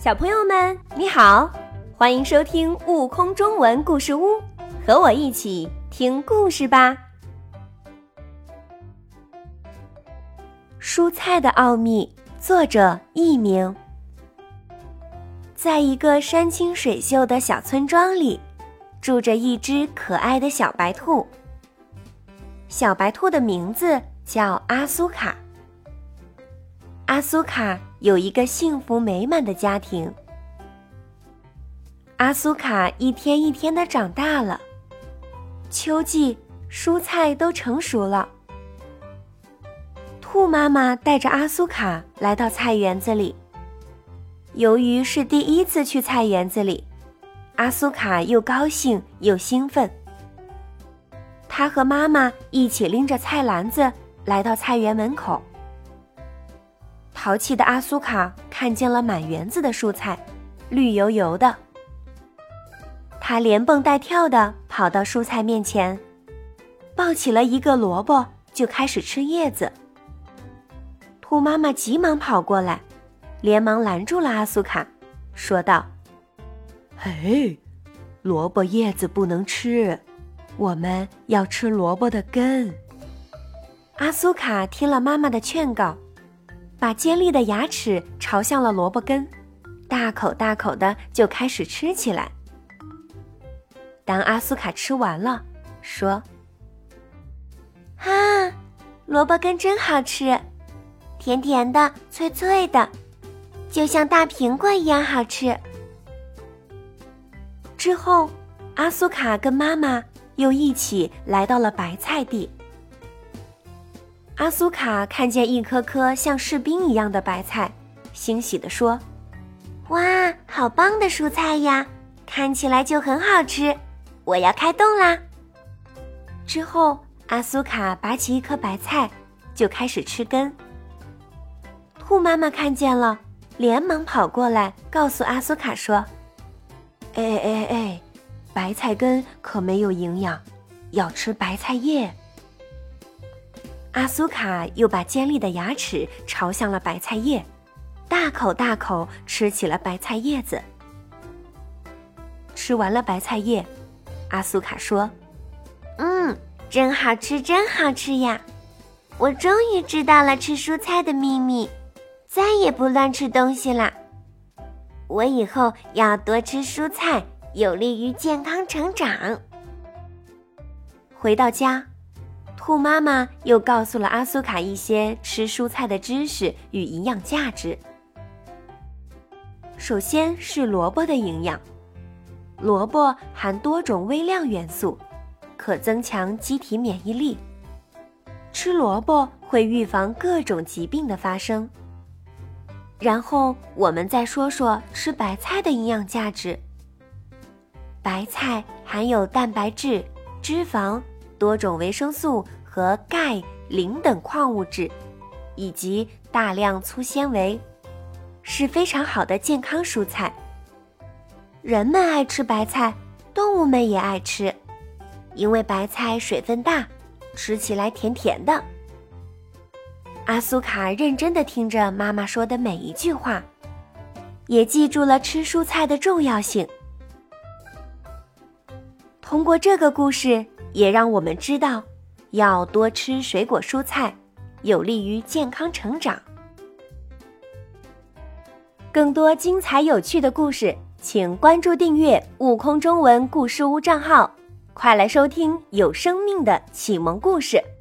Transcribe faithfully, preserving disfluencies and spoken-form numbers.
小朋友们你好，欢迎收听悟空中文故事屋，和我一起听故事吧。蔬菜的奥秘，作者佚名。在一个山清水秀的小村庄里，住着一只可爱的小白兔。小白兔的名字叫阿苏卡。阿苏卡有一个幸福美满的家庭。阿苏卡一天一天地长大了，秋季蔬菜都成熟了。兔妈妈带着阿苏卡来到菜园子里，由于是第一次去菜园子里，阿苏卡又高兴又兴奋。她和妈妈一起拎着菜篮子来到菜园门口。淘气的阿苏卡看见了满园子的蔬菜，绿油油的。他连蹦带跳地跑到蔬菜面前，抱起了一个萝卜就开始吃叶子。兔妈妈急忙跑过来，连忙拦住了阿苏卡，说道：嘿，萝卜叶子不能吃，我们要吃萝卜的根。阿苏卡听了妈妈的劝告，把尖利的牙齿朝向了萝卜根，大口大口的就开始吃起来。当阿苏卡吃完了，说：啊，萝卜根真好吃，甜甜的，脆脆的，就像大苹果一样好吃。之后，阿苏卡跟妈妈又一起来到了白菜地。阿苏卡看见一颗颗像士兵一样的白菜，欣喜地说：哇，好棒的蔬菜呀，看起来就很好吃，我要开动啦。之后，阿苏卡拔起一颗白菜，就开始吃根。兔妈妈看见了，连忙跑过来告诉阿苏卡说：哎哎哎，白菜根可没有营养，要吃白菜叶。阿苏卡又把尖利的牙齿朝向了白菜叶，大口大口吃起了白菜叶子。吃完了白菜叶，阿苏卡说：嗯，真好吃，真好吃呀！我终于知道了吃蔬菜的秘密，再也不乱吃东西啦。我以后要多吃蔬菜，有利于健康成长。回到家，兔妈妈又告诉了阿苏卡一些吃蔬菜的知识与营养价值。首先是萝卜的营养。萝卜含多种微量元素，可增强机体免疫力。吃萝卜会预防各种疾病的发生。然后我们再说说吃白菜的营养价值。白菜含有蛋白质、脂肪、多种维生素和钙、磷等矿物质，以及大量粗纤维，是非常好的健康蔬菜。人们爱吃白菜，动物们也爱吃，因为白菜水分大，吃起来甜甜的。阿苏卡认真地听着妈妈说的每一句话，也记住了吃蔬菜的重要性。通过这个故事，也让我们知道要多吃水果蔬菜，有利于健康成长。更多精彩有趣的故事，请关注订阅悟空中文故事屋账号，快来收听有生命的启蒙故事。